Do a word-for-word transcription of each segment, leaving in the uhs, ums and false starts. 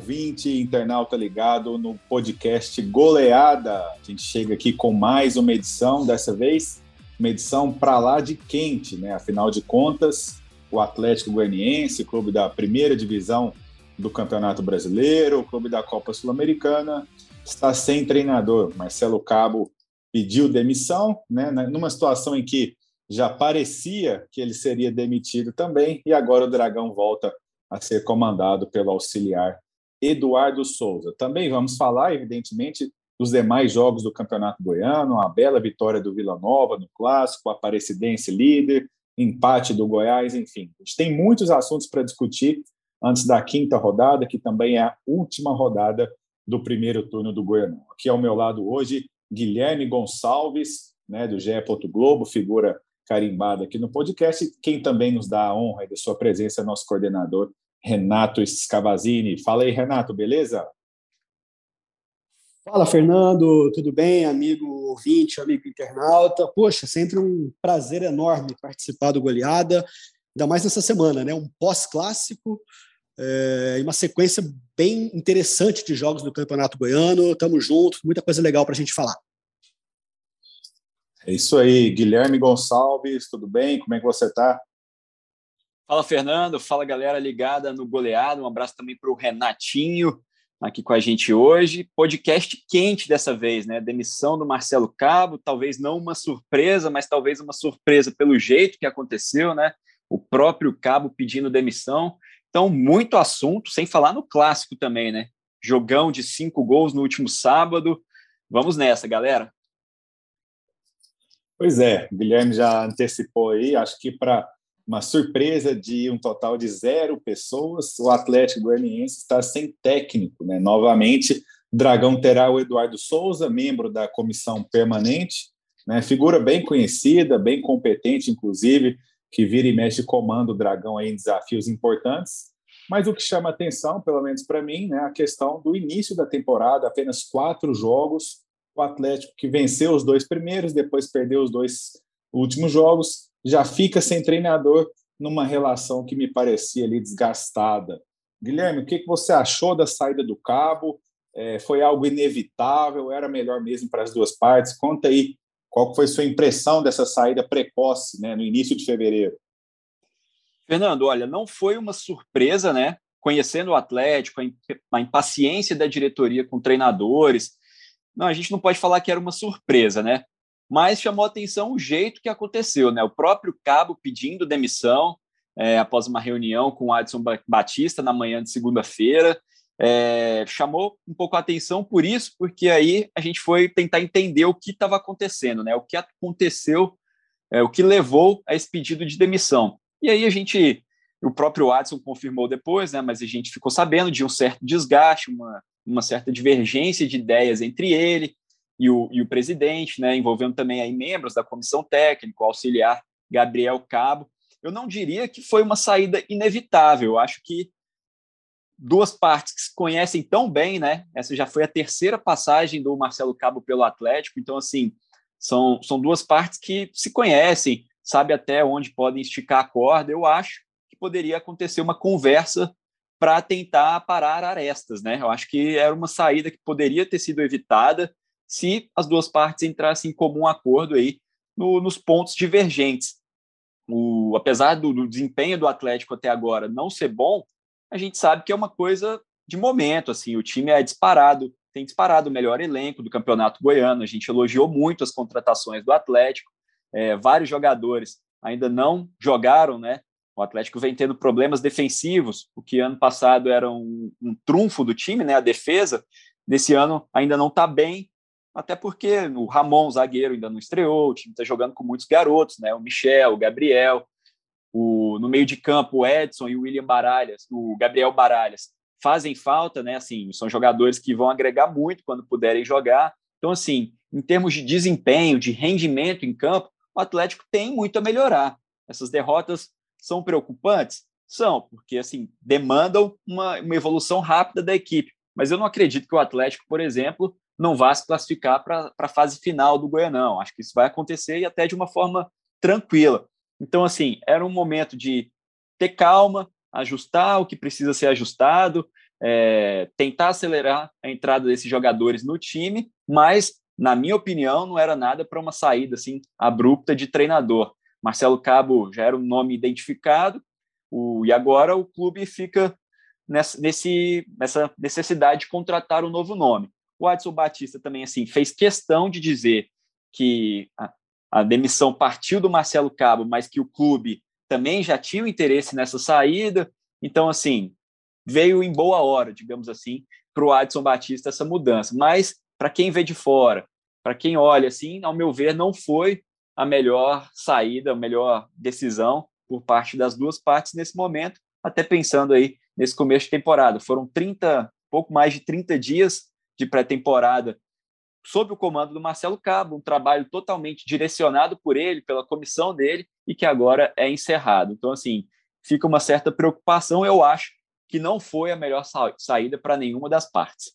ouvinte, internauta ligado no podcast Goleada. A gente chega aqui com mais uma edição, dessa vez, uma edição para lá de quente, né? Afinal de contas, o Atlético Goianiense, clube da primeira divisão do Campeonato Brasileiro, o clube da Copa Sul-Americana, está sem treinador. Marcelo Cabo pediu demissão, né? Numa situação em que já parecia que ele seria demitido também, e agora o Dragão volta a ser comandado pelo auxiliar Eduardo Souza. Também vamos falar, evidentemente, dos demais jogos do Campeonato Goiano, a bela vitória do Vila Nova no Clássico, a Aparecidense líder, empate do Goiás, enfim. A gente tem muitos assuntos para discutir antes da quinta rodada, que também é a última rodada do primeiro turno do Goianão. Aqui ao meu lado hoje, Guilherme Gonçalves, né, do G E. Globo, figura carimbada aqui no podcast, e quem também nos dá a honra da sua presença é nosso coordenador, Renato Scavazini. Fala aí, Renato, beleza? Fala, Fernando, tudo bem, amigo ouvinte, amigo internauta? Poxa, sempre um prazer enorme participar do Goleada, ainda mais nessa semana, né? Um pós-clássico é, e uma sequência bem interessante de jogos do Campeonato Goiano. Tamo juntos, muita coisa legal para a gente falar. É isso aí, Guilherme Gonçalves, tudo bem? Como é que você está? Fala, Fernando. Fala, galera ligada no Goleado. Um abraço também para o Renatinho, aqui com a gente hoje. Podcast quente dessa vez, né? Demissão do Marcelo Cabo, talvez não uma surpresa, mas talvez uma surpresa pelo jeito que aconteceu, né? O próprio Cabo pedindo demissão. Então, muito assunto, sem falar no clássico também, né? Jogão de cinco gols no último sábado. Vamos nessa, galera. Pois é, o Guilherme já antecipou aí, acho que para uma surpresa de um total de zero pessoas, o Atlético Goianiense está sem técnico, né? Novamente, o Dragão terá o Eduardo Souza, membro da comissão permanente, né? Figura bem conhecida, bem competente, inclusive, que vira e mexe comanda o Dragão aí em desafios importantes. Mas o que chama atenção, pelo menos para mim, né, a questão do início da temporada, apenas quatro jogos, o Atlético que venceu os dois primeiros, depois perdeu os dois últimos jogos, já fica sem treinador numa relação que me parecia ali desgastada. Guilherme, o que você achou da saída do Cabo? É, foi algo inevitável? Era melhor mesmo para as duas partes? Conta aí, qual foi a sua impressão dessa saída precoce, né, no início de fevereiro? Fernando, olha, não foi uma surpresa, né? Conhecendo o Atlético, a impaciência da diretoria com treinadores. Não, a gente não pode falar que era uma surpresa, né? Mas chamou a atenção o jeito que aconteceu, né? O próprio Cabo pedindo demissão é, após uma reunião com o Adson Batista na manhã de segunda-feira. É, chamou um pouco a atenção por isso, porque aí a gente foi tentar entender o que estava acontecendo, né? O que aconteceu, é, o que levou a esse pedido de demissão. E aí a gente, o próprio Adson confirmou depois, né? Mas a gente ficou sabendo de um certo desgaste, uma, uma certa divergência de ideias entre ele E o, e o presidente, né, envolvendo também aí membros da comissão técnica, o auxiliar Gabriel Cabo. Eu não diria que foi uma saída inevitável. Eu acho que duas partes que se conhecem tão bem, né? Essa já foi a terceira passagem do Marcelo Cabo pelo Atlético. Então, assim, são, são duas partes que se conhecem, sabem até onde podem esticar a corda. Eu acho que poderia acontecer uma conversa para tentar parar arestas, né? Eu acho que era uma saída que poderia ter sido evitada se as duas partes entrassem em comum acordo aí no, nos pontos divergentes. O, apesar do, do desempenho do Atlético até agora não ser bom, a gente sabe que é uma coisa de momento, assim, o time é disparado, tem disparado o melhor elenco do Campeonato Goiano, a gente elogiou muito as contratações do Atlético, é, vários jogadores ainda não jogaram, né? O Atlético vem tendo problemas defensivos, o que ano passado era um, um trunfo do time, né? A defesa, desse ano ainda não está bem, até porque o Ramon, o zagueiro, ainda não estreou, o time está jogando com muitos garotos, né? O Michel, o Gabriel, o, no meio de campo, o Edson e o William Baralhas, o Gabriel Baralhas, fazem falta, né? Assim, são jogadores que vão agregar muito quando puderem jogar. Então, assim, em termos de desempenho, de rendimento em campo, o Atlético tem muito a melhorar. Essas derrotas são preocupantes? São, porque, assim, demandam uma, uma evolução rápida da equipe. Mas eu não acredito que o Atlético, por exemplo, não vá se classificar para a fase final do Goianão. Acho que isso vai acontecer e até de uma forma tranquila. Então, assim, era um momento de ter calma, ajustar o que precisa ser ajustado, é, tentar acelerar a entrada desses jogadores no time, mas, na minha opinião, não era nada para uma saída assim, abrupta de treinador. Marcelo Cabo já era um nome identificado, o, e agora o clube fica nessa, nesse, nessa necessidade de contratar um novo nome. O Adson Batista também assim, fez questão de dizer que a, a demissão partiu do Marcelo Cabo, mas que o clube também já tinha o interesse nessa saída. Então, assim, veio em boa hora, digamos assim, para o Adson Batista essa mudança. Mas, para quem vê de fora, para quem olha, assim, ao meu ver, não foi a melhor saída, a melhor decisão por parte das duas partes nesse momento, até pensando aí nesse começo de temporada. Foram trinta, pouco mais de trinta dias de pré-temporada sob o comando do Marcelo Cabo, um trabalho totalmente direcionado por ele, pela comissão dele, e que agora é encerrado. Então, assim, fica uma certa preocupação. Eu acho que não foi a melhor sa- saída para nenhuma das partes.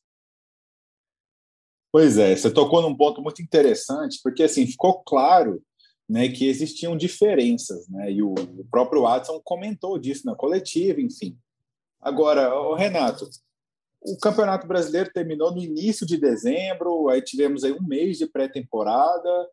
Pois é, você tocou num ponto muito interessante, porque assim ficou claro, né, que existiam diferenças, né, e o, o próprio Adson comentou disso na coletiva, enfim. Agora, ô Renato, o Campeonato Brasileiro terminou no início de dezembro, aí tivemos aí um mês de pré-temporada,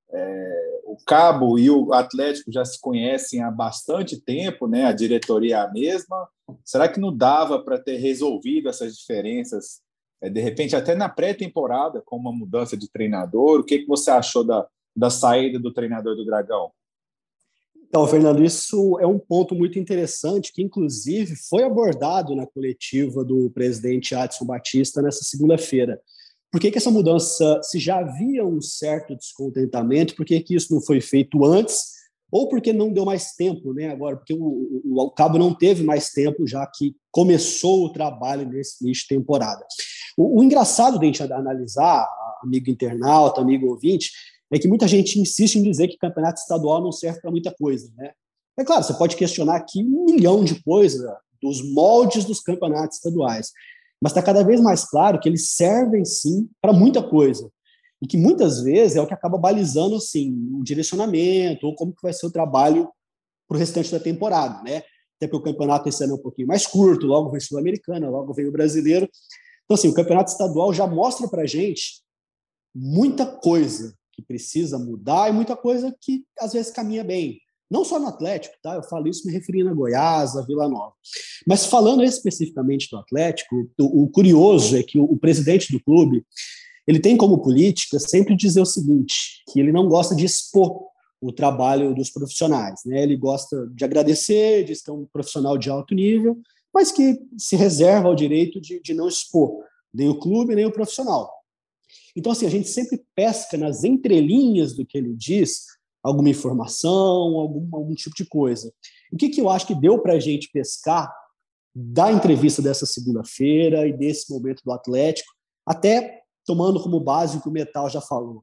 é, o Cabo e o Atlético já se conhecem há bastante tempo, né, a diretoria é a mesma. Será que não dava para ter resolvido essas diferenças, é, de repente até na pré-temporada, com uma mudança de treinador? O que, que você achou da, da saída do treinador do Dragão? Então, Fernando, isso é um ponto muito interessante que, inclusive, foi abordado na coletiva do presidente Adson Batista nessa segunda-feira. Por que, que essa mudança, se já havia um certo descontentamento, por que, que isso não foi feito antes? Ou porque não deu mais tempo, né? Agora, porque o, o, o Cabo não teve mais tempo, já que começou o trabalho nesse início de temporada. O, o engraçado de a gente analisar, amigo internauta, amigo ouvinte, é que muita gente insiste em dizer que campeonato estadual não serve para muita coisa, né? É claro, você pode questionar aqui um milhão de coisas dos moldes dos campeonatos estaduais, mas está cada vez mais claro que eles servem, sim, para muita coisa, e que muitas vezes é o que acaba balizando, assim, o direcionamento, ou como que vai ser o trabalho para o restante da temporada, né? Até porque o campeonato esse ano é um pouquinho mais curto, logo vem Sul-Americana, logo vem o Brasileiro. Então, assim, o campeonato estadual já mostra para a gente muita coisa que precisa mudar e muita coisa que, às vezes, caminha bem. Não só no Atlético, tá? Eu falo isso me referindo a Goiás, a Vila Nova. Mas falando especificamente do Atlético, o, o curioso é que o, o presidente do clube, ele tem como política sempre dizer o seguinte, que ele não gosta de expor o trabalho dos profissionais, né? Ele gosta de agradecer, diz que é um profissional de alto nível, mas que se reserva o direito de, de não expor nem o clube, nem o profissional. Então, assim, a gente sempre pesca nas entrelinhas do que ele diz alguma informação, algum, algum tipo de coisa. O que, que eu acho que deu para a gente pescar da entrevista dessa segunda-feira e desse momento do Atlético, até tomando como base o que o Metal já falou.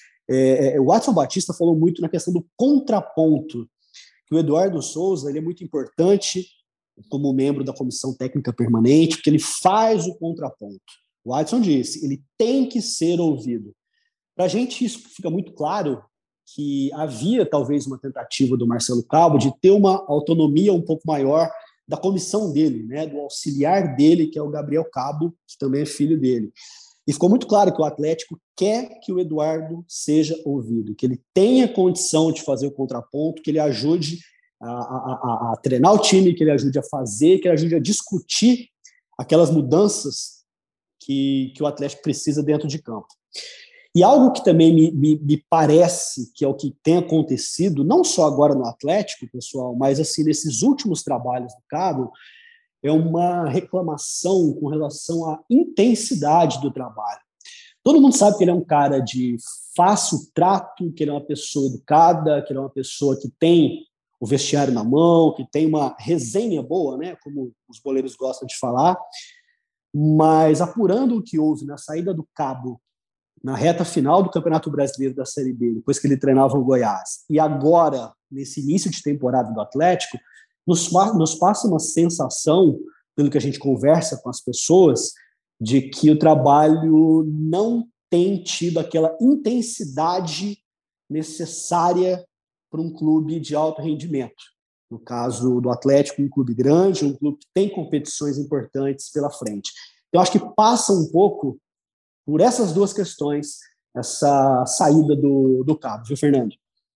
É, o Adson Batista falou muito na questão do contraponto, que o Eduardo Souza ele é muito importante como membro da comissão técnica permanente, porque ele faz o contraponto. O Adson disse, ele tem que ser ouvido. Para a gente isso fica muito claro que havia talvez uma tentativa do Marcelo Cabo de ter uma autonomia um pouco maior da comissão dele, né, do auxiliar dele, que é o Gabriel Cabo, que também é filho dele. E ficou muito claro que o Atlético quer que o Eduardo seja ouvido, que ele tenha condição de fazer o contraponto, que ele ajude a, a, a, a treinar o time, que ele ajude a fazer, que ele ajude a discutir aquelas mudanças Que, que o Atlético precisa dentro de campo. E algo que também me, me, me parece que é o que tem acontecido, não só agora no Atlético, pessoal, mas assim nesses últimos trabalhos do Cabo, é uma reclamação com relação à intensidade do trabalho. Todo mundo sabe que ele é um cara de fácil trato, que ele é uma pessoa educada, que ele é uma pessoa que tem o vestiário na mão, que tem uma resenha boa, né, como os boleiros gostam de falar. Mas apurando o que houve na saída do Cabo, na reta final do Campeonato Brasileiro da Série B, depois que ele treinava o Goiás, e agora, nesse início de temporada do Atlético, nos, nos passa uma sensação, pelo que a gente conversa com as pessoas, de que o trabalho não tem tido aquela intensidade necessária para um clube de alto rendimento. No caso do Atlético, um clube grande, um clube que tem competições importantes pela frente. Eu acho que passa um pouco por essas duas questões, essa saída do, do Cabo, viu, Fernando?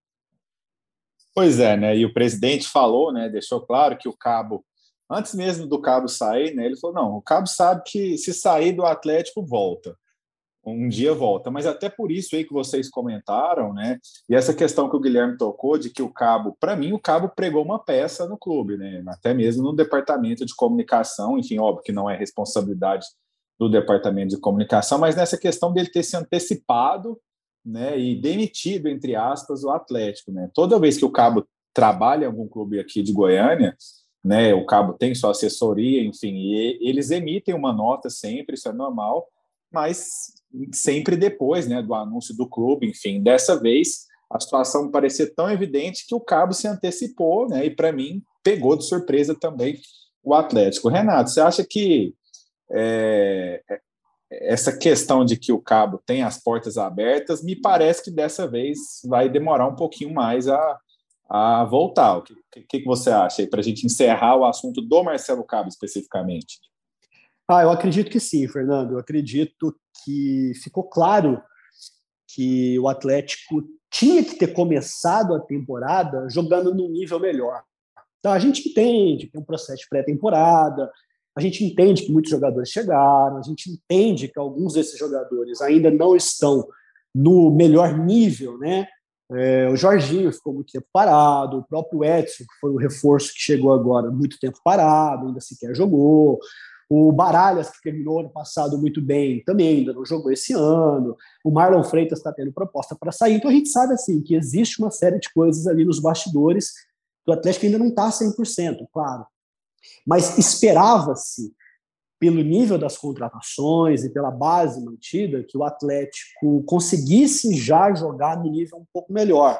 Pois é, né? E o presidente falou, né? Deixou claro que o Cabo, antes mesmo do Cabo sair, né? Ele falou: não, o Cabo sabe que se sair do Atlético, volta. Um dia volta. Mas até por isso aí que vocês comentaram, né? E essa questão que o Guilherme tocou de que o Cabo, para mim, o Cabo pregou uma peça no clube, né? Até mesmo no departamento de comunicação, enfim, óbvio que não é responsabilidade do departamento de comunicação, mas nessa questão dele ter se antecipado, né, e demitido, entre aspas, o Atlético, né? Toda vez que o Cabo trabalha em algum clube aqui de Goiânia, né, o Cabo tem sua assessoria, enfim, e eles emitem uma nota sempre, isso é normal, mas sempre depois, né, do anúncio do clube, enfim. Dessa vez, a situação parecia tão evidente que o Cabo se antecipou, né, e para mim pegou de surpresa também o Atlético. Renato, você acha que é, essa questão de que o Cabo tem as portas abertas, me parece que dessa vez vai demorar um pouquinho mais a, a voltar. O que, que, que você acha aí, para a gente encerrar o assunto do Marcelo Cabo especificamente? Ah, eu acredito que sim, Fernando. Eu acredito que ficou claro que o Atlético tinha que ter começado a temporada jogando num nível melhor. Então, a gente entende que é um processo de pré-temporada, a gente entende que muitos jogadores chegaram, a gente entende que alguns desses jogadores ainda não estão no melhor nível, né? É, o Jorginho ficou muito tempo parado, o próprio Edson, que foi o reforço que chegou agora, muito tempo parado, ainda sequer jogou. O Baralhas, que terminou ano passado muito bem, também ainda não jogou esse ano. O Marlon Freitas está tendo proposta para sair. Então a gente sabe assim, que existe uma série de coisas ali nos bastidores. O Atlético ainda não está cem por cento, claro. Mas esperava-se, pelo nível das contratações e pela base mantida, que o Atlético conseguisse já jogar no nível um pouco melhor.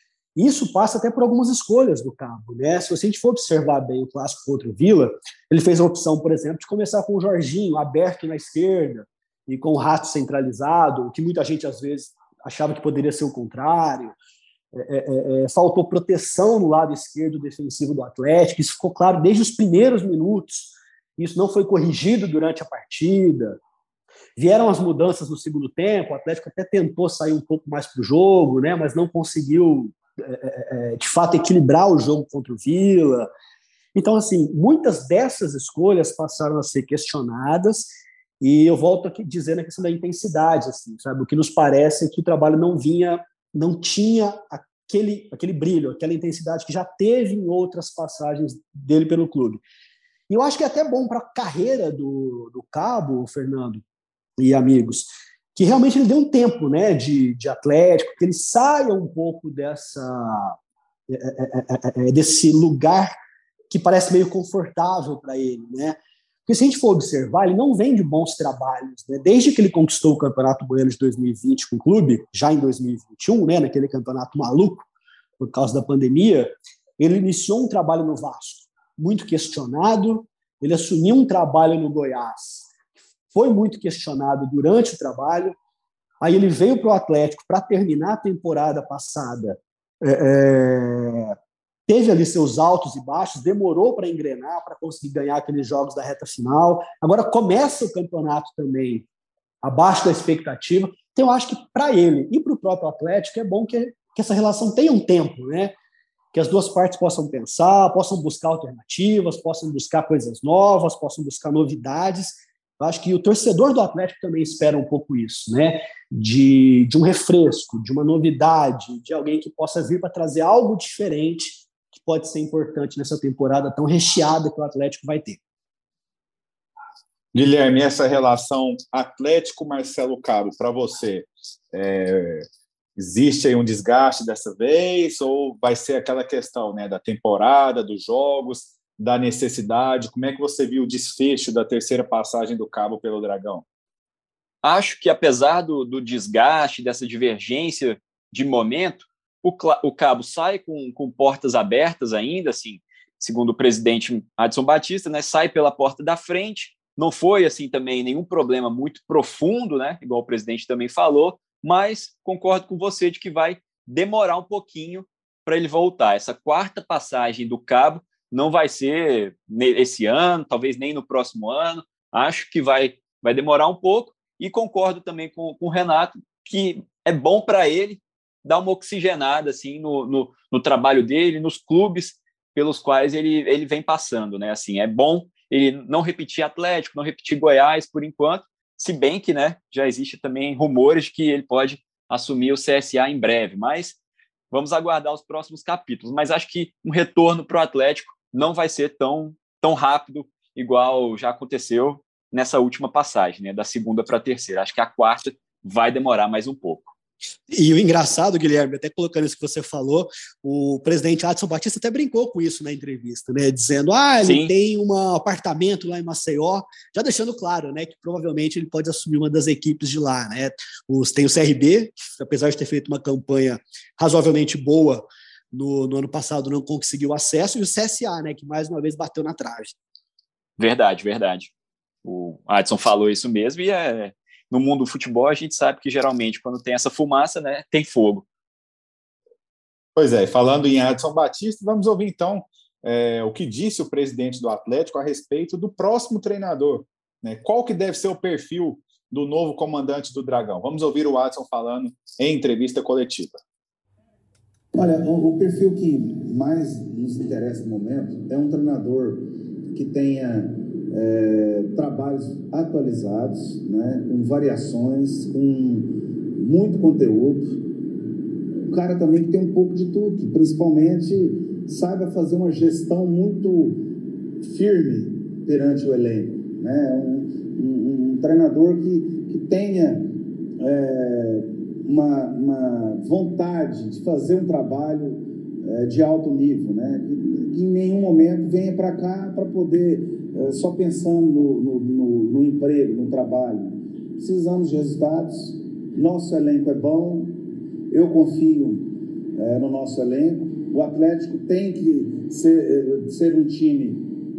Isso passa até por algumas escolhas do Cabo, né? Se a gente for observar bem o clássico contra o Vila, ele fez a opção, por exemplo, de começar com o Jorginho aberto na esquerda e com o Rato centralizado, o que muita gente às vezes achava que poderia ser o contrário. É, é, é, faltou proteção no lado esquerdo defensivo do Atlético, isso ficou claro desde os primeiros minutos, isso não foi corrigido durante a partida. Vieram as mudanças no segundo tempo, o Atlético até tentou sair um pouco mais para o jogo, né, mas não conseguiu, é, é, de fato, equilibrar o jogo contra o Vila. Então, assim, muitas dessas escolhas passaram a ser questionadas, e eu volto aqui dizendo a questão da intensidade, assim, sabe? O que nos parece é que o trabalho não vinha, não tinha aquele, aquele brilho, aquela intensidade que já teve em outras passagens dele pelo clube. E eu acho que é até bom para a carreira do, do Cabo, Fernando e amigos, que realmente ele dê um tempo, né, de, de Atlético, que ele saia um pouco dessa, é, é, é, desse lugar que parece meio confortável para ele, né? Porque se a gente for observar, ele não vem de bons trabalhos, né? Desde que ele conquistou o Campeonato Goiano de dois mil e vinte com o clube, já em dois mil e vinte e um, né, naquele campeonato maluco, por causa da pandemia, ele iniciou um trabalho no Vasco, muito questionado, ele assumiu um trabalho no Goiás, foi muito questionado durante o trabalho, aí ele veio para o Atlético para terminar a temporada passada, é, é, teve ali seus altos e baixos, demorou para engrenar, para conseguir ganhar aqueles jogos da reta final, agora começa o campeonato também abaixo da expectativa, então eu acho que para ele e para o próprio Atlético é bom que, que essa relação tenha um tempo, né? Que as duas partes possam pensar, possam buscar alternativas, possam buscar coisas novas, possam buscar novidades. Eu acho que o torcedor do Atlético também espera um pouco isso, né? De, de um refresco, de uma novidade, de alguém que possa vir para trazer algo diferente que pode ser importante nessa temporada tão recheada que o Atlético vai ter. Guilherme, essa relação Atlético-Marcelo Cabo, para você, é... existe aí um desgaste dessa vez ou vai ser aquela questão, né, da temporada, dos jogos, da necessidade? Como é que você viu o desfecho da terceira passagem do Cabo pelo Dragão? Acho que, apesar do, do desgaste, dessa divergência de momento, o, o Cabo sai com, com portas abertas ainda, assim, segundo o presidente Adson Batista, né, sai pela porta da frente. Não foi assim também nenhum problema muito profundo, né, igual o presidente também falou, mas concordo com você de que vai demorar um pouquinho para ele voltar. Essa quarta passagem do Cabo não vai ser esse ano, talvez nem no próximo ano. Acho que vai, vai demorar um pouco, e concordo também com, com o Renato que é bom para ele dar uma oxigenada assim, no, no, no trabalho dele, nos clubes pelos quais ele, ele vem passando. Né? Assim, é bom ele não repetir Atlético, não repetir Goiás por enquanto, se bem que, né, já existe também rumores de que ele pode assumir o C S A em breve, mas vamos aguardar os próximos capítulos. Mas acho que um retorno para o Atlético não vai ser tão, tão rápido igual já aconteceu nessa última passagem, né, da segunda para a terceira. Acho que a quarta vai demorar mais um pouco. E o engraçado, Guilherme, até colocando isso que você falou, o presidente Adson Batista até brincou com isso na entrevista, né? Dizendo, ah, ele Sim. tem um apartamento lá em Maceió, já deixando claro, né, que provavelmente ele pode assumir uma das equipes de lá, né? Os, tem o C R B, que, apesar de ter feito uma campanha razoavelmente boa no, no ano passado, não conseguiu acesso, e o C S A, né, que mais uma vez bateu na trave. Verdade, verdade. O Adson falou isso mesmo, e é... no mundo do futebol, a gente sabe que geralmente, quando tem essa fumaça, né, tem fogo. Pois é, falando em Adson Batista, vamos ouvir então é, o que disse o presidente do Atlético a respeito do próximo treinador. Né? Qual que deve ser o perfil do novo comandante do Dragão? Vamos ouvir o Adson falando em entrevista coletiva. Olha, o, o perfil que mais nos interessa no momento é um treinador que tenha É, trabalhos atualizados, né, com variações, com muito conteúdo. O cara também que tem um pouco de tudo, que principalmente saiba fazer uma gestão muito firme perante o elenco. Né? Um, um, um treinador que, que tenha é, uma, uma vontade de fazer um trabalho é, de alto nível, né? que, que em nenhum momento venha para cá para poder só pensando no, no, no, no emprego, no trabalho. Precisamos de resultados. Nosso elenco é bom. Eu confio é, no nosso elenco. O Atlético tem que ser, ser um time,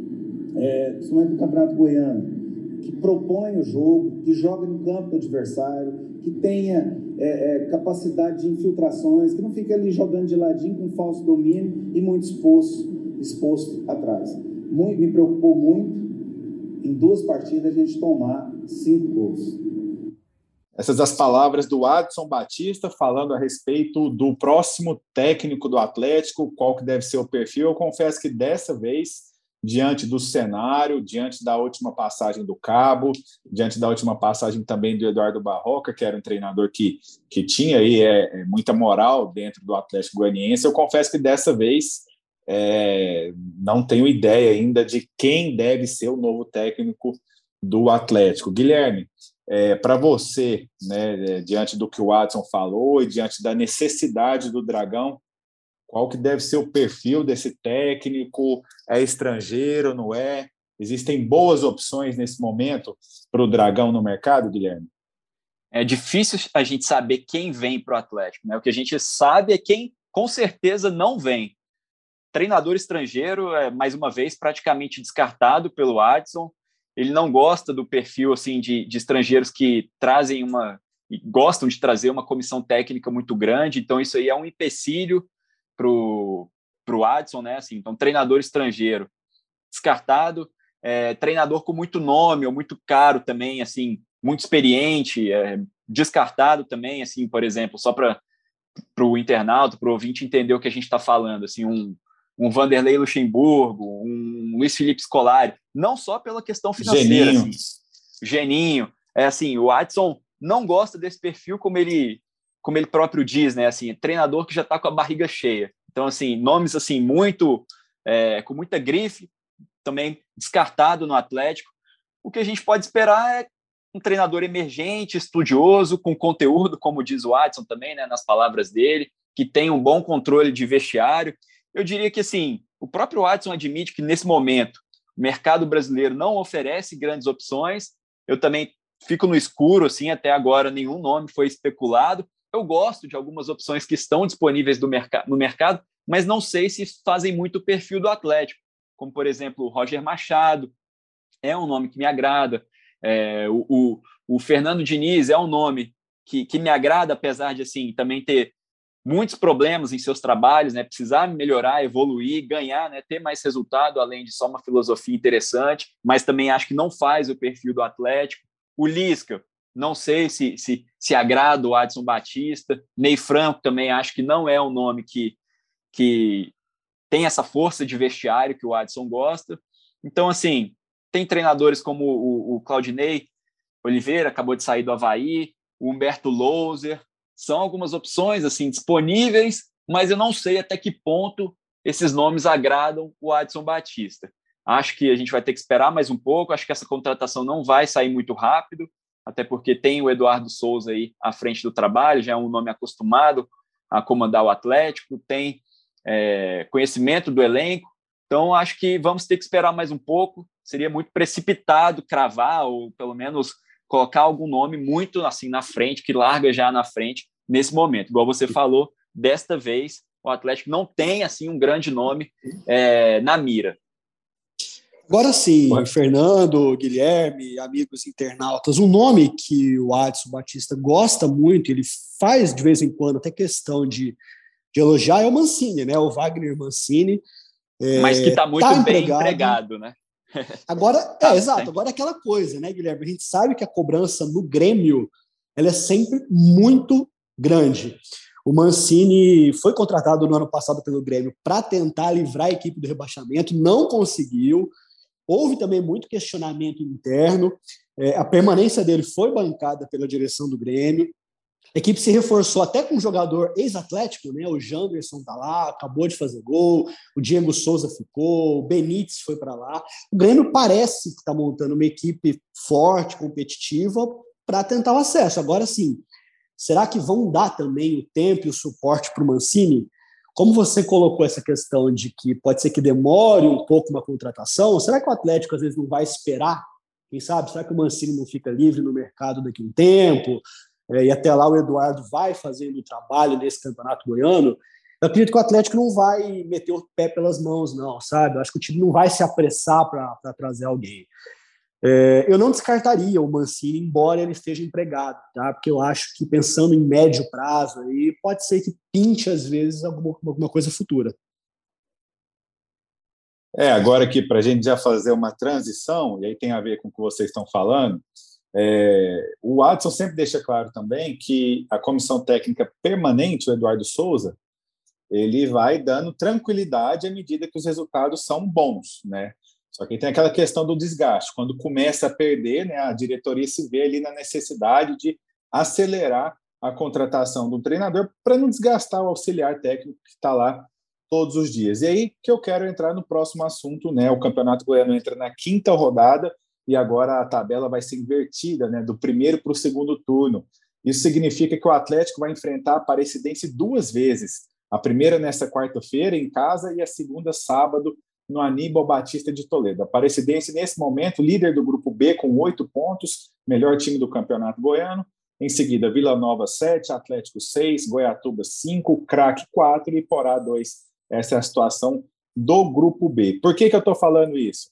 é, principalmente no Campeonato Goiano, que propõe o jogo, que joga no campo do adversário, que tenha é, é, capacidade de infiltrações, que não fique ali jogando de ladinho com falso domínio e muito exposto, exposto atrás. Muito, me preocupou muito em duas partidas a gente tomar cinco gols. Essas as palavras do Adson Batista falando a respeito do próximo técnico do Atlético, qual que deve ser o perfil. Eu confesso que dessa vez, diante do cenário, diante da última passagem do Cabo, diante da última passagem também do Eduardo Barroca, que era um treinador que, que tinha aí é, é, muita moral dentro do Atlético Goianiense, eu confesso que dessa vez É, não tenho ideia ainda de quem deve ser o novo técnico do Atlético. Guilherme, é, para você, né, diante do que o Adson falou e diante da necessidade do Dragão, qual que deve ser o perfil desse técnico? É estrangeiro, não é? Existem boas opções nesse momento para o Dragão no mercado, Guilherme? É difícil a gente saber quem vem para o Atlético, né? O que a gente sabe é quem com certeza não vem. Treinador estrangeiro, é, mais uma vez, praticamente descartado pelo Adson. Ele não gosta do perfil assim, de, de estrangeiros que trazem uma, gostam de trazer uma comissão técnica muito grande, então isso aí é um empecilho para o Adson, né? Assim, então, treinador estrangeiro descartado, é, treinador com muito nome ou muito caro também, assim, muito experiente, é, descartado também, assim, por exemplo, só para o internauta, para o ouvinte entender o que a gente está falando, assim, um um Vanderlei Luxemburgo, um Luiz Felipe Scolari, não só pela questão financeira, Geninho. Assim, Geninho, é assim, o Adson não gosta desse perfil, como ele, como ele próprio diz, né, assim, treinador que já está com a barriga cheia. Então, assim, nomes assim muito é, com muita grife, também descartado no Atlético. O que a gente pode esperar é um treinador emergente, estudioso, com conteúdo, como diz o Adson também, né, nas palavras dele, que tem um bom controle de vestiário. Eu diria que, assim, o próprio Adson admite que, nesse momento, o mercado brasileiro não oferece grandes opções. Eu também fico no escuro, assim, até agora nenhum nome foi especulado. Eu gosto de algumas opções que estão disponíveis do merc- no mercado, mas não sei se fazem muito o perfil do Atlético, como, por exemplo, o Roger Machado, é um nome que me agrada. É, o, o, o Fernando Diniz é um nome que, que me agrada, apesar de, assim, também ter muitos problemas em seus trabalhos, né? Precisar melhorar, evoluir, ganhar, né? Ter mais resultado, além de só uma filosofia interessante, mas também acho que não faz o perfil do Atlético. O Lisca, não sei se, se, se agrada o Adson Batista. Ney Franco também acho que não é um nome que, que tem essa força de vestiário que o Adson gosta. Então, assim, tem treinadores como o, o Claudinei Oliveira, acabou de sair do Avaí, o Humberto Louser, são algumas opções assim disponíveis, mas eu não sei até que ponto esses nomes agradam o Adson Batista. Acho que a gente vai ter que esperar mais um pouco, acho que essa contratação não vai sair muito rápido, até porque tem o Eduardo Souza aí à frente do trabalho, já é um nome acostumado a comandar o Atlético, tem é, conhecimento do elenco, então acho que vamos ter que esperar mais um pouco, seria muito precipitado cravar, ou pelo menos colocar algum nome muito assim na frente, que larga já na frente nesse momento. Igual você falou, desta vez o Atlético não tem assim um grande nome é, na mira. Agora sim, Fernando, Guilherme, amigos internautas, um nome que o Adson Batista gosta muito, ele faz de vez em quando até questão de, de elogiar, é o Mancini, né? O Wagner Mancini. É, Mas que está muito tá bem empregado, empregado, né? Agora, tá, é, exato, agora é aquela coisa, né, Guilherme? A gente sabe que a cobrança no Grêmio ela é sempre muito grande. O Mancini foi contratado no ano passado pelo Grêmio para tentar livrar a equipe do rebaixamento, não conseguiu. Houve também muito questionamento interno. É, a permanência dele foi bancada pela direção do Grêmio. A equipe se reforçou até com um jogador ex-atlético, né? O Janderson está lá, acabou de fazer gol, o Diego Souza ficou, o Benítez foi para lá. O Grêmio parece que está montando uma equipe forte, competitiva, para tentar o acesso. Agora sim, será que vão dar também o tempo e o suporte para o Mancini? Como você colocou essa questão de que pode ser que demore um pouco uma contratação, será que o Atlético às vezes não vai esperar? Quem sabe? Será que o Mancini não fica livre no mercado daqui a um tempo? É, e até lá o Eduardo vai fazendo o trabalho nesse campeonato goiano? Eu acredito que o Atlético não vai meter o pé pelas mãos, não, sabe? Eu acho que o time não vai se apressar para trazer alguém. É, eu não descartaria o Mancini, embora ele esteja empregado, tá? Porque eu acho que pensando em médio prazo, aí pode ser que pinte, às vezes, alguma, alguma coisa futura. É, agora aqui, para a gente já fazer uma transição, e aí tem a ver com o que vocês estão falando, é, o Adson sempre deixa claro também que a comissão técnica permanente, o Eduardo Souza, ele vai dando tranquilidade à medida que os resultados são bons, né? Só que tem aquela questão do desgaste. Quando começa a perder, né, a diretoria se vê ali na necessidade de acelerar a contratação do treinador para não desgastar o auxiliar técnico que está lá todos os dias. E aí que eu quero entrar no próximo assunto, né? O Campeonato Goiano entra na quinta rodada e agora a tabela vai ser invertida, né, do primeiro para o segundo turno. Isso significa que o Atlético vai enfrentar a Aparecidense duas vezes. A primeira nessa quarta-feira em casa e a segunda sábado no Aníbal Batista de Toledo. A Aparecidense, nesse momento, líder do grupo B com oito pontos, melhor time do Campeonato Goiano. Em seguida, Vila Nova sete, Atlético seis, Goiatuba cinco, Craque quatro e Porá dois. Essa é a situação do grupo B. Por que que eu estou falando isso?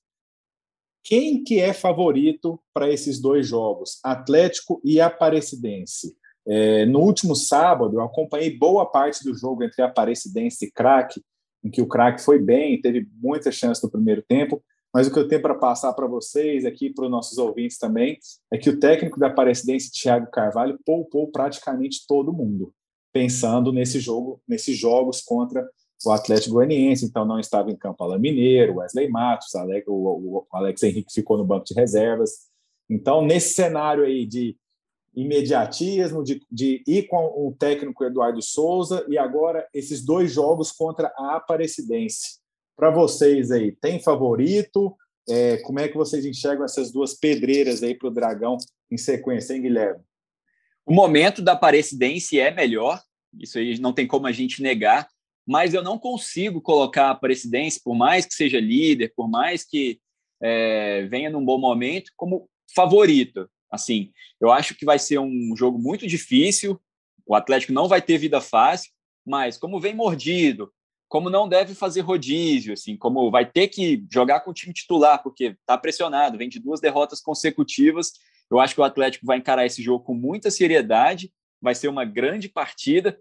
Quem que é favorito para esses dois jogos? Atlético e Aparecidense. É, no último sábado, eu acompanhei boa parte do jogo entre Aparecidense e Craque, em que o Craque foi bem, teve muita chance no primeiro tempo, mas o que eu tenho para passar para vocês, aqui para os nossos ouvintes também, é que o técnico da Aparecidense, Thiago Carvalho, poupou praticamente todo mundo, pensando nesse jogo, nesses jogos contra o Atlético Goianiense. Então não estava em campo Alain Mineiro, Wesley Matos, o Alex Henrique ficou no banco de reservas. Então, nesse cenário aí de imediatismo, de, de ir com o técnico Eduardo Souza, e agora esses dois jogos contra a Aparecidense. Para vocês aí, tem favorito? É, como é que vocês enxergam essas duas pedreiras aí para o Dragão em sequência, hein, Guilherme? O momento da Aparecidense é melhor, isso aí não tem como a gente negar, mas eu não consigo colocar a Aparecidense, por mais que seja líder, por mais que é, venha num bom momento, como favorito. Assim, eu acho que vai ser um jogo muito difícil, o Atlético não vai ter vida fácil, mas como vem mordido, como não deve fazer rodízio, assim, como vai ter que jogar com o time titular, porque está pressionado, vem de duas derrotas consecutivas, eu acho que o Atlético vai encarar esse jogo com muita seriedade, vai ser uma grande partida.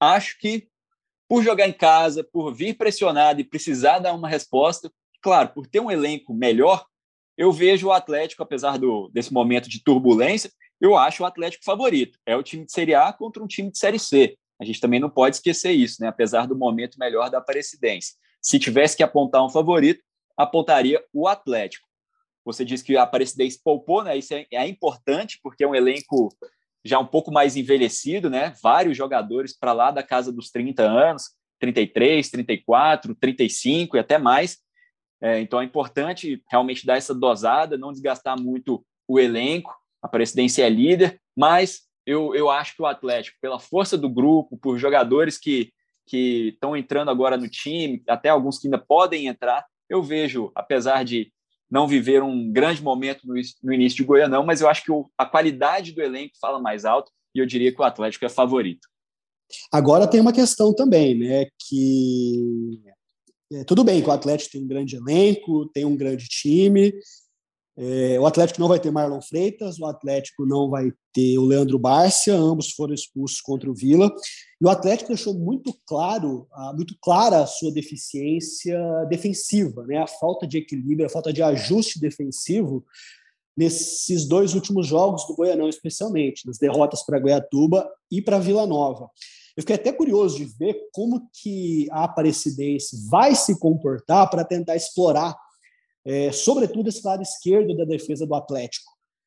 acho que, por jogar em casa, por vir pressionado e precisar dar uma resposta, claro, por ter um elenco melhor, eu vejo o Atlético, apesar do, desse momento de turbulência, eu acho o Atlético favorito. É o time de Série A contra um time de Série C. A gente também não pode esquecer isso, né? Apesar do momento melhor da Aparecidense. Se tivesse que apontar um favorito, apontaria o Atlético. Você disse que a Aparecidense poupou, né? Isso é, é importante, porque é um elenco já um pouco mais envelhecido, né? Vários jogadores para lá da casa dos trinta anos, trinta e três, trinta e quatro, trinta e cinco e até mais. É, então é importante realmente dar essa dosada, não desgastar muito o elenco. A Aparecidense é líder, mas eu, eu acho que o Atlético, pela força do grupo, por jogadores que que estão entrando agora no time, até alguns que ainda podem entrar, eu vejo, apesar de não viver um grande momento no, no início de Goianão, mas eu acho que o, a qualidade do elenco fala mais alto e eu diria que o Atlético é favorito. Agora tem uma questão também, né, que é, tudo bem que o Atlético tem um grande elenco, tem um grande time, é, o Atlético não vai ter Marlon Freitas, o Atlético não vai ter o Leandro Bárcia, ambos foram expulsos contra o Vila, e o Atlético deixou muito claro, muito clara a sua deficiência defensiva, né? A falta de equilíbrio, a falta de ajuste defensivo nesses dois últimos jogos do Goianão, especialmente, nas derrotas para Goiatuba e para Vila Nova. Eu fiquei até curioso de ver como que a Aparecidense vai se comportar para tentar explorar É, sobretudo esse lado esquerdo da defesa do Atlético.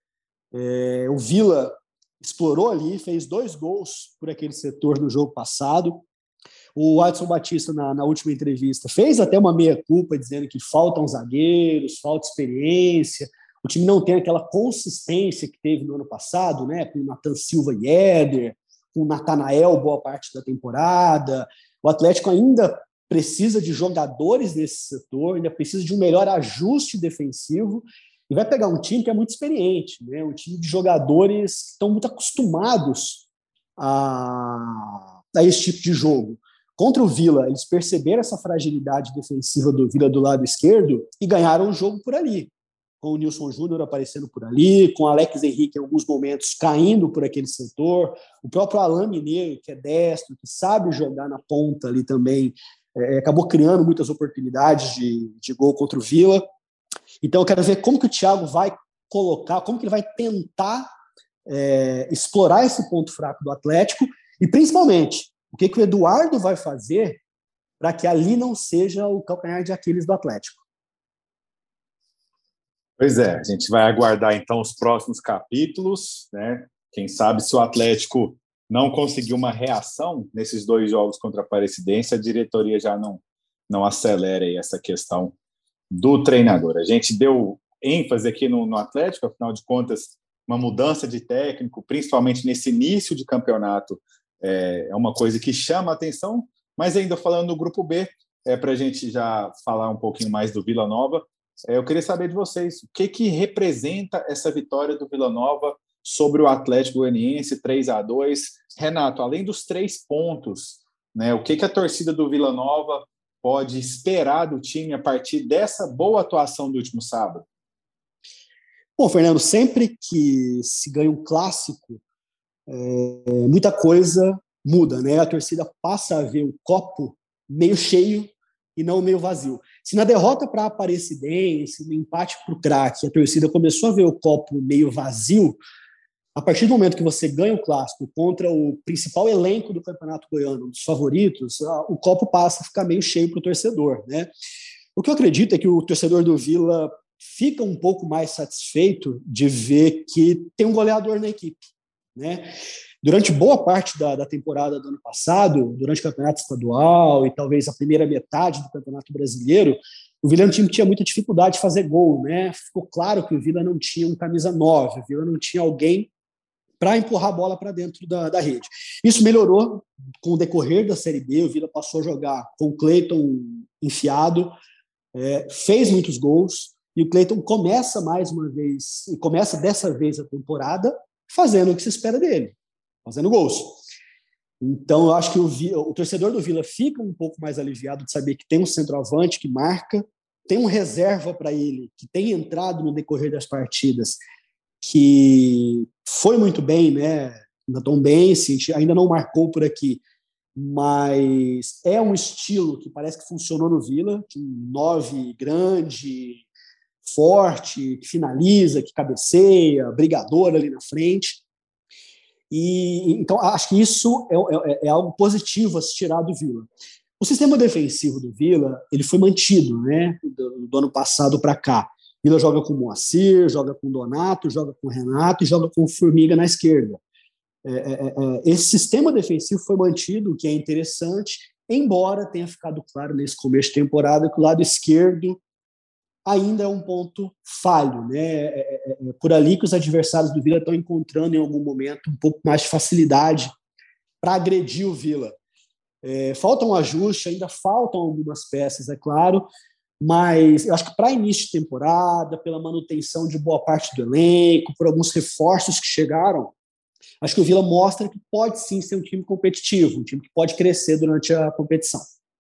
É, o Vila explorou ali, fez dois gols por aquele setor no jogo passado. O Adson Batista, na, na última entrevista, fez até uma meia-culpa, dizendo que faltam zagueiros, falta experiência, o time não tem aquela consistência que teve no ano passado, né, com o Nathan Silva e Éder, com o Natanael boa parte da temporada. O Atlético ainda precisa de jogadores nesse setor, ainda precisa de um melhor ajuste defensivo e vai pegar um time que é muito experiente, né? Um time de jogadores que estão muito acostumados a, a esse tipo de jogo. Contra o Vila, eles perceberam essa fragilidade defensiva do Vila do lado esquerdo e ganharam o jogo por ali, com o Nilson Júnior aparecendo por ali, com o Alex Henrique em alguns momentos caindo por aquele setor, o próprio Alain Mineiro, que é destro, que sabe jogar na ponta ali também, É, acabou criando muitas oportunidades de, de gol contra o Vila. Então eu quero ver como que o Thiago vai colocar, como que ele vai tentar é, explorar esse ponto fraco do Atlético e, principalmente, o que, que o Eduardo vai fazer para que ali não seja o calcanhar de Aquiles do Atlético. Pois é, a gente vai aguardar então os próximos capítulos, né? Quem sabe se o Atlético não conseguiu uma reação nesses dois jogos contra a Aparecidense, a diretoria já não, não acelera aí essa questão do treinador. A gente deu ênfase aqui no, no Atlético, afinal de contas, uma mudança de técnico, principalmente nesse início de campeonato, é, é uma coisa que chama a atenção, mas ainda falando do Grupo B, é, para a gente já falar um pouquinho mais do Vila Nova, é, eu queria saber de vocês, o que, que representa essa vitória do Vila Nova sobre o Atlético Goianiense, três a dois. Renato, além dos três pontos, né, o que, que a torcida do Vila Nova pode esperar do time a partir dessa boa atuação do último sábado? Bom, Fernando, sempre que se ganha um clássico, é, muita coisa muda, né? A torcida passa a ver o copo meio cheio e não meio vazio. Se na derrota para a Aparecidense, no empate para o Craque, a torcida começou a ver o copo meio vazio, a partir do momento que você ganha o clássico contra o principal elenco do Campeonato Goiano, um dos favoritos, o copo passa a ficar meio cheio para o torcedor, né? O que eu acredito é que o torcedor do Vila fica um pouco mais satisfeito de ver que tem um goleador na equipe, né? Durante boa parte da, da temporada do ano passado, durante o Campeonato Estadual e talvez a primeira metade do Campeonato Brasileiro, o Vila é um time que tinha muita dificuldade de fazer gol, né? Ficou claro que o Vila não tinha um camisa nove, o Vila não tinha alguém para empurrar a bola para dentro da, da rede. Isso melhorou com o decorrer da Série B, o Vila passou a jogar com o Cleiton enfiado, é, fez muitos gols, e o Cleiton começa mais uma vez, e começa dessa vez a temporada fazendo o que se espera dele, fazendo gols. Então, eu acho que o, o torcedor do Vila fica um pouco mais aliviado de saber que tem um centroavante que marca, tem um reserva para ele, que tem entrado no decorrer das partidas, que foi muito bem, né? Ainda tão bem, ainda não marcou por aqui, mas é um estilo que parece que funcionou no Vila, de um nove grande, forte, que finaliza, que cabeceia, brigador ali na frente. E então acho que isso é, é, é algo positivo a se tirar do Vila. O sistema defensivo do Vila ele foi mantido, né, do, do ano passado para cá. O Vila joga com o Moacir, joga com o Donato, joga com o Renato e joga com o Formiga na esquerda. É, é, é, esse sistema defensivo foi mantido, o que é interessante, embora tenha ficado claro nesse começo de temporada que o lado esquerdo ainda é um ponto falho, né? É, é, é por ali que os adversários do Vila estão encontrando em algum momento um pouco mais de facilidade para agredir o Vila. É, falta um ajuste, ainda faltam algumas peças, é claro, mas eu acho que para início de temporada, pela manutenção de boa parte do elenco, por alguns reforços que chegaram, acho que o Vila mostra que pode sim ser um time competitivo, um time que pode crescer durante a competição.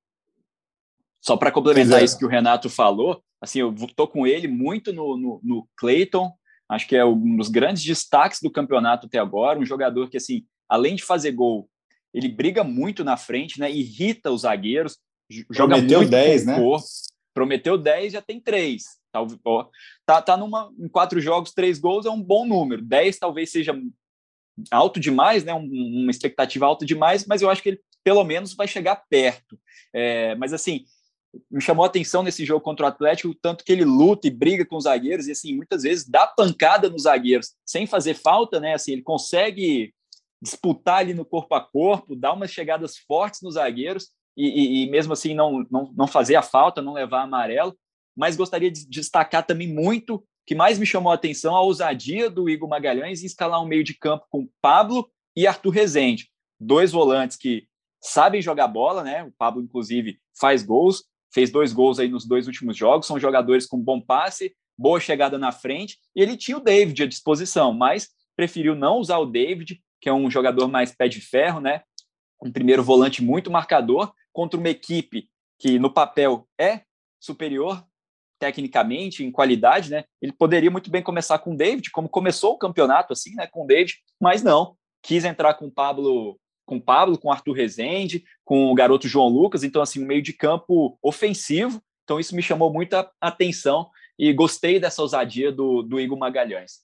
Só para complementar isso que o Renato falou, assim, eu estou com ele muito no, no, no Clayton, acho que é um dos grandes destaques do campeonato até agora, um jogador que, assim, além de fazer gol, ele briga muito na frente, né, irrita os zagueiros, joga Prometeu muito dez, com o né? corpo, prometeu dez, já tem três. Tá, tá, tá numa, em quatro jogos, três gols é um bom número, dez talvez seja alto demais, né, um, uma expectativa alta demais, mas eu acho que ele pelo menos vai chegar perto. É, mas assim, me chamou a atenção nesse jogo contra o Atlético o tanto que ele luta e briga com os zagueiros e assim, muitas vezes dá pancada nos zagueiros sem fazer falta, né? Assim, ele consegue disputar ali no corpo a corpo, dar umas chegadas fortes nos zagueiros e, e, e mesmo assim não, não, não fazer a falta, não levar amarelo. Mas gostaria de destacar também muito, que mais me chamou a atenção, a ousadia do Igor Magalhães em escalar um meio de campo com Pablo e Arthur Rezende, dois volantes que sabem jogar bola, né? O Pablo, inclusive, faz gols, fez dois gols aí nos dois últimos jogos, são jogadores com bom passe, boa chegada na frente, e ele tinha o David à disposição, mas preferiu não usar o David, que é um jogador mais pé de ferro, né? Um primeiro volante muito marcador, contra uma equipe que no papel é superior tecnicamente, em qualidade, né? Ele poderia muito bem começar com o David, como começou o campeonato assim, né, com o David, mas não, quis entrar com o Pablo, com o Pablo, com o Arthur Rezende, com o garoto João Lucas, então assim, um meio de campo ofensivo, então isso me chamou muita atenção e gostei dessa ousadia do, do Igor Magalhães.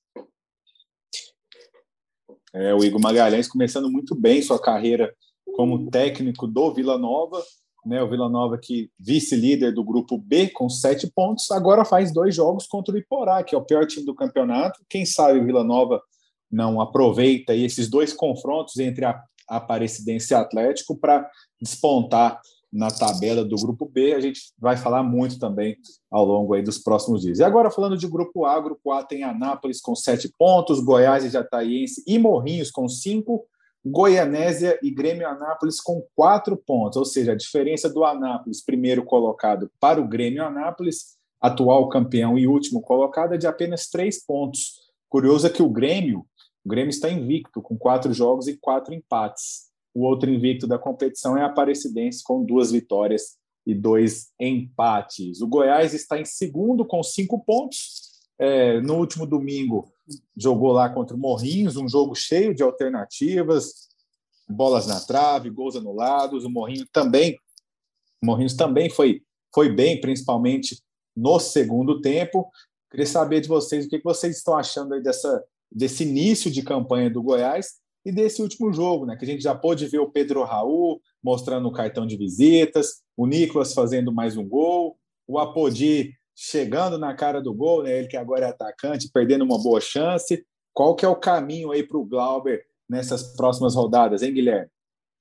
É, o Igor Magalhães começando muito bem sua carreira como técnico do Vila Nova, né, o Vila Nova que vice-líder do grupo B com sete pontos, agora faz dois jogos contra o Iporá, que é o pior time do campeonato. Quem sabe o Vila Nova não aproveita aí esses dois confrontos entre a Aparecidense e Atlético para despontar na tabela do grupo B. A gente vai falar muito também ao longo aí dos próximos dias. E agora falando de grupo A, grupo A tem Anápolis com sete pontos, Goiás e Jataiense e Morrinhos com cinco, Goianésia e Grêmio Anápolis com quatro pontos, ou seja, a diferença do Anápolis, primeiro colocado, para o Grêmio Anápolis, atual campeão e último colocado, é de apenas três pontos. Curioso é que o Grêmio, o Grêmio está invicto, com quatro jogos e quatro empates. O outro invicto da competição é a Aparecidense, com duas vitórias e dois empates. O Goiás está em segundo, com cinco pontos. É, no último domingo, jogou lá contra o Morrinhos, um jogo cheio de alternativas, bolas na trave, gols anulados. O Morrinho também, o Morrinhos também foi, foi bem, principalmente no segundo tempo. Queria saber de vocês o que vocês estão achando aí dessa, desse início de campanha do Goiás e desse último jogo, né? Que a gente já pôde ver o Pedro Raul mostrando o cartão de visitas, o Nicolas fazendo mais um gol, o Apodi chegando na cara do gol, né? Ele que agora é atacante, perdendo uma boa chance. Qual que é o caminho aí para o Glauber nessas próximas rodadas, hein, Guilherme?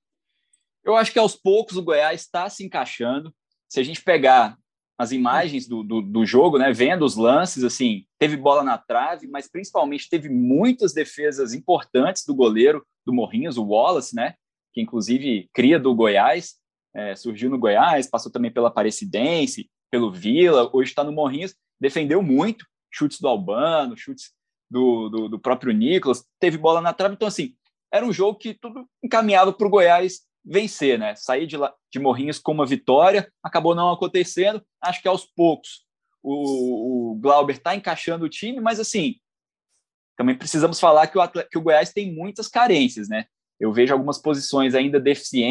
Eu acho que aos poucos o Goiás está se encaixando. Se a gente pegar as imagens do, do, do jogo, né, vendo os lances, assim, teve bola na trave, mas principalmente teve muitas defesas importantes do goleiro do Morrinhos, o Wallace, né, que inclusive cria do Goiás, é, surgiu no Goiás, passou também pela Aparecidense, pelo Vila, hoje está no Morrinhos, defendeu muito, chutes do Albano, chutes do, do, do próprio Nicolas, teve bola na trave, então assim, era um jogo que tudo encaminhava para o Goiás vencer, né? Sair de, lá, de Morrinhos com uma vitória, acabou não acontecendo, acho que aos poucos o, o Glauber está encaixando o time, mas assim, também precisamos falar que o, Atlético, que o Goiás tem muitas carências, né? Eu vejo algumas posições ainda deficientes,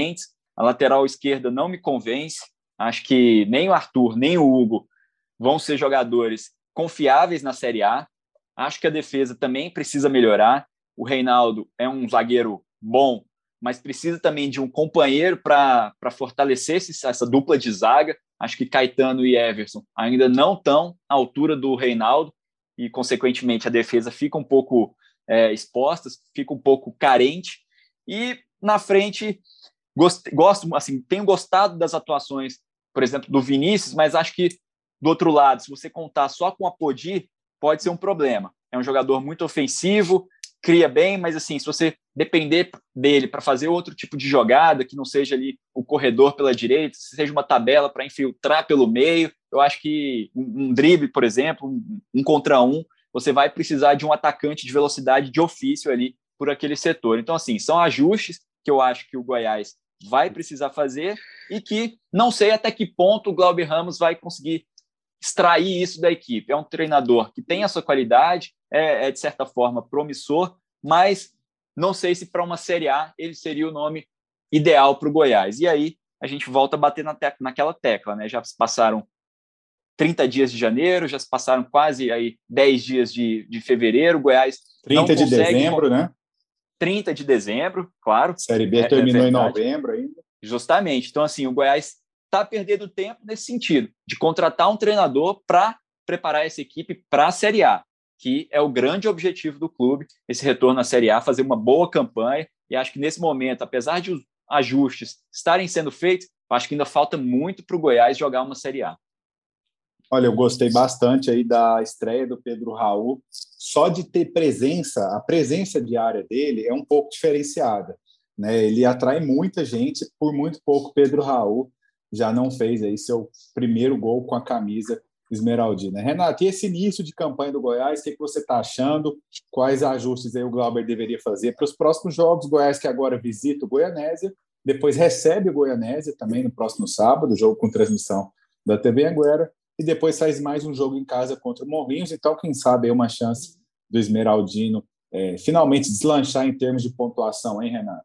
A lateral esquerda não me convence. Acho que nem o Arthur, nem o Hugo vão ser jogadores confiáveis na Série A. Acho que a defesa também precisa melhorar. O Reinaldo é um zagueiro bom, mas precisa também de um companheiro para fortalecer esse, essa dupla de zaga. Acho que Caetano e Everson ainda não estão à altura do Reinaldo e, consequentemente, a defesa fica um pouco é, exposta, fica um pouco carente. E, na frente, gost, gosto, assim, tenho gostado das atuações, por exemplo, do Vinícius, mas acho que, do outro lado, se você contar só com a Apodi, pode ser um problema. É um jogador muito ofensivo, cria bem, mas assim, se você depender dele para fazer outro tipo de jogada, que não seja ali o corredor pela direita, se seja uma tabela para infiltrar pelo meio, eu acho que um, um drible, por exemplo, um, um contra um, você vai precisar de um atacante de velocidade de ofício ali por aquele setor. Então, assim, são ajustes que eu acho que o Goiás vai precisar fazer e que não sei até que ponto o Glauber Ramos vai conseguir extrair isso da equipe. É um treinador que tem a sua qualidade, é, é de certa forma promissor, mas não sei se para uma Série A ele seria o nome ideal para o Goiás. E aí a gente volta a bater na tecla, naquela tecla, né? Já se passaram trinta dias de janeiro, já se passaram quase aí dez dias de, de fevereiro, o Goiás trinta de dezembro, né? trinta de dezembro, claro. Série B é, terminou é em novembro ainda. Justamente. Então, assim, o Goiás está perdendo tempo nesse sentido, de contratar um treinador para preparar essa equipe para a Série A, que é o grande objetivo do clube, esse retorno à Série A, fazer uma boa campanha, e acho que nesse momento, apesar de os ajustes estarem sendo feitos, acho que ainda falta muito para o Goiás jogar uma Série A. Olha, eu gostei bastante aí da estreia do Pedro Raul, só de ter presença, a presença diária dele é um pouco diferenciada, né? Ele atrai muita gente, por muito pouco Pedro Raul já não fez aí seu primeiro gol com a camisa esmeraldina. Renato, e esse início de campanha do Goiás, o que, que você está achando? Quais ajustes aí o Glauber deveria fazer para os próximos jogos? Goiás que agora visita o Goianésia, depois recebe o Goianésia também no próximo sábado, jogo com transmissão da T V Anguera, e depois faz mais um jogo em casa contra o Morrinhos, então quem sabe aí uma chance do esmeraldino é, finalmente deslanchar em termos de pontuação, hein, Renato?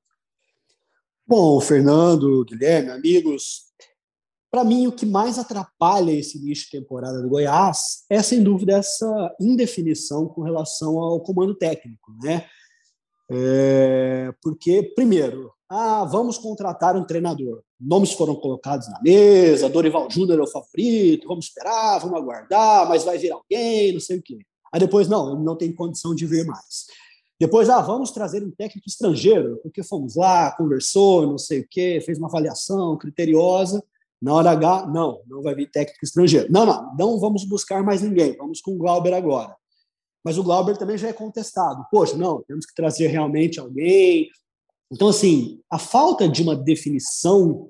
Bom, Fernando, Guilherme, amigos, para mim o que mais atrapalha esse início de temporada do Goiás é, sem dúvida, essa indefinição com relação ao comando técnico, né? É, porque, primeiro, ah, vamos contratar um treinador. Nomes foram colocados na mesa, Dorival Júnior é o favorito, vamos esperar, vamos aguardar, mas vai vir alguém, não sei o quê. Aí depois, não, ele não tem condição de vir mais. Depois, ah, vamos trazer um técnico estrangeiro, porque fomos lá, conversou, não sei o quê, fez uma avaliação criteriosa. Na hora H, não, não vai vir técnico estrangeiro. Não, não, não vamos buscar mais ninguém, vamos com o Glauber agora. Mas o Glauber também já é contestado. Poxa, não, temos que trazer realmente alguém. Então, assim, a falta de uma definição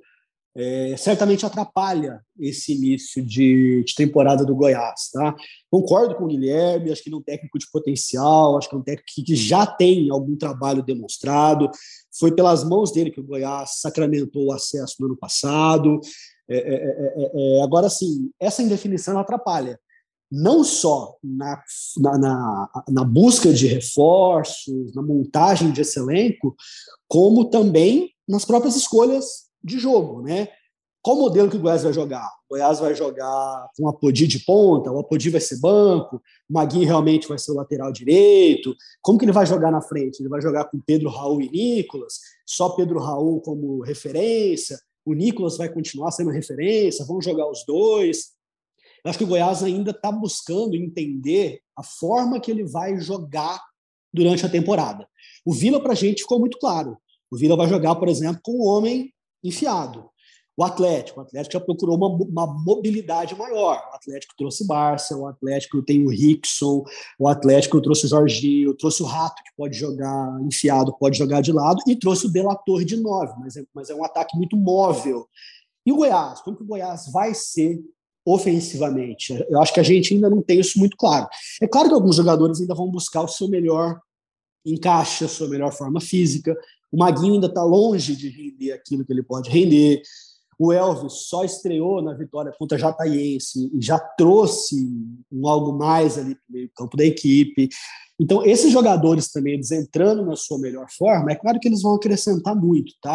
é, certamente atrapalha esse início de, de temporada do Goiás, tá? Concordo com o Guilherme, acho que ele é um técnico de potencial, acho que é um técnico que já tem algum trabalho demonstrado. Foi pelas mãos dele que o Goiás sacramentou o acesso no ano passado. É, é, é, é, agora, sim, essa indefinição atrapalha. Não só na, na, na, na busca de reforços, na montagem de esse elenco, como também nas próprias escolhas de jogo, né? Qual modelo que o Goiás vai jogar? O Goiás vai jogar com o Apodi de ponta, o Apodi vai ser banco, o Maguinho realmente vai ser o lateral direito. Como que ele vai jogar na frente? Ele vai jogar com Pedro Raul e Nicolas, só Pedro Raul como referência, o Nicolas vai continuar sendo referência, vão jogar os dois. Eu acho que o Goiás ainda está buscando entender a forma que ele vai jogar durante a temporada. O Vila, para a gente, ficou muito claro. O Vila vai jogar, por exemplo, com o homem enfiado. O Atlético, o Atlético já procurou uma, uma mobilidade maior. O Atlético trouxe Barça, o Atlético tem o Rickson, o Atlético trouxe o Jorginho, trouxe o Rato, que pode jogar enfiado, pode jogar de lado, e trouxe o De La Torre de nove, mas é, mas é um ataque muito móvel. E o Goiás? Como que o Goiás vai ser ofensivamente? Eu acho que a gente ainda não tem isso muito claro. É claro que alguns jogadores ainda vão buscar o seu melhor encaixe, a sua melhor forma física. O Maguinho ainda está longe de render aquilo que ele pode render. O Elvis só estreou na vitória contra a Jataiense e já trouxe um algo mais ali para o meio campo da equipe. Então, esses jogadores também, eles entrando na sua melhor forma, é claro que eles vão acrescentar muito, tá?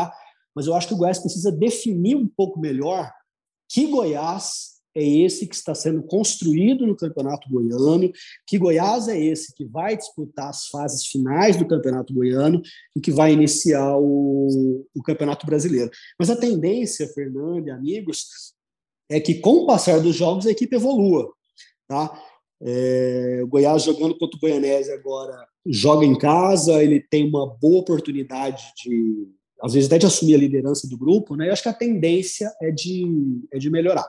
mas eu acho que o Goiás precisa definir um pouco melhor que Goiás é esse que está sendo construído no Campeonato Goiano, que Goiás é esse que vai disputar as fases finais do Campeonato Goiano e que vai iniciar o, o Campeonato Brasileiro. Mas a tendência, Fernando e amigos, é que com o passar dos jogos a equipe evolua. Tá? É, o Goiás jogando contra o Goianésia agora joga em casa, ele tem uma boa oportunidade de, às vezes, até de assumir a liderança do grupo, né? Eu acho que a tendência é de, é de melhorar.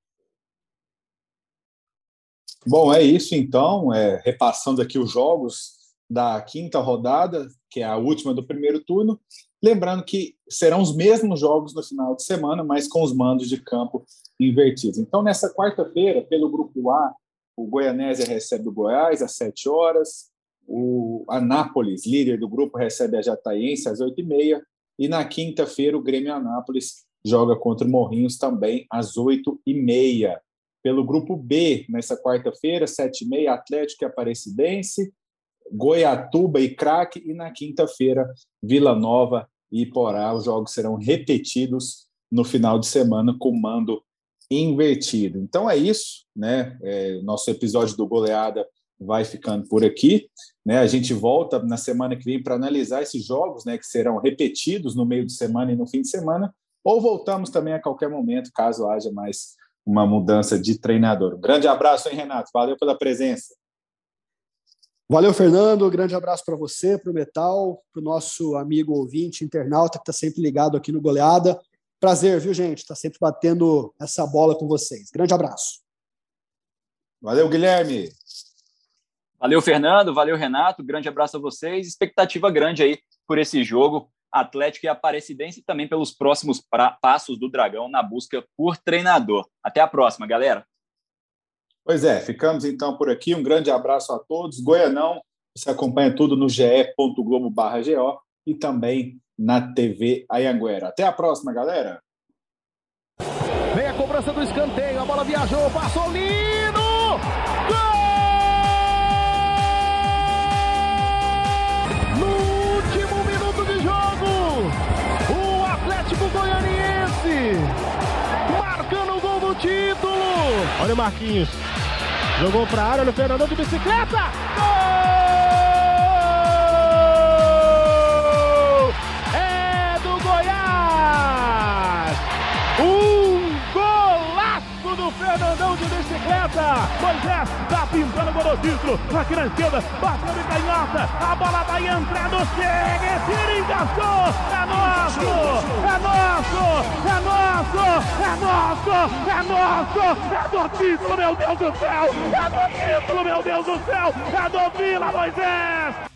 Bom, é isso então, é, repassando aqui os jogos da quinta rodada, que é a última do primeiro turno, lembrando que serão os mesmos jogos no final de semana, mas com os mandos de campo invertidos. Então, nessa quarta-feira, pelo Grupo A, o Goianésia recebe o Goiás às sete horas, o Anápolis, líder do grupo, recebe a Jataiense às oito e meia, e na quinta-feira o Grêmio Anápolis joga contra o Morrinhos também às oito e meia. Pelo Grupo B, nessa quarta-feira, sete e meia, Atlético e Aparecidense, Goiatuba e Craque, e na quinta-feira, Vila Nova e Iporá. Os jogos serão repetidos no final de semana com mando invertido. Então é isso, né? É, nosso episódio do Goleada vai ficando por aqui, né? A gente volta na semana que vem para analisar esses jogos, né, que serão repetidos no meio de semana e no fim de semana, ou voltamos também a qualquer momento, caso haja mais uma mudança de treinador. Um grande abraço, hein, Renato? Valeu pela presença. Valeu, Fernando. Um grande abraço para você, para o Metal, para o nosso amigo ouvinte, internauta, que está sempre ligado aqui no Goleada. Prazer, viu, gente? Está sempre batendo essa bola com vocês. Grande abraço. Valeu, Guilherme. Valeu, Fernando. Valeu, Renato. Grande abraço a vocês. Expectativa grande aí por esse jogo. Atlético e Aparecidense, e também pelos próximos pra, passos do Dragão na busca por treinador. Até a próxima, galera. Pois é, ficamos então por aqui. Um grande abraço a todos. Goianão, você acompanha tudo no ge ponto globo barra go e também na T V Anhanguera. Até a próxima, galera. Vem a cobrança do escanteio, a bola viajou, passou lindo! Gol! Goianiense marcando o gol do título. Olha o Marquinhos, jogou para a área, olha o Fernandão de bicicleta. Gol! É do Goiás. Um golaço do Fernandão de bicicleta. Moisés tá pintando o gol do título. Aqui na esquerda, bateu de canhota. A bola vai entrando, chega, tira, encaixou. É nosso, é nosso, é nosso, é nosso, é nosso. É do título, meu Deus do céu. É do título, meu Deus do céu. É do Vila, Moisés.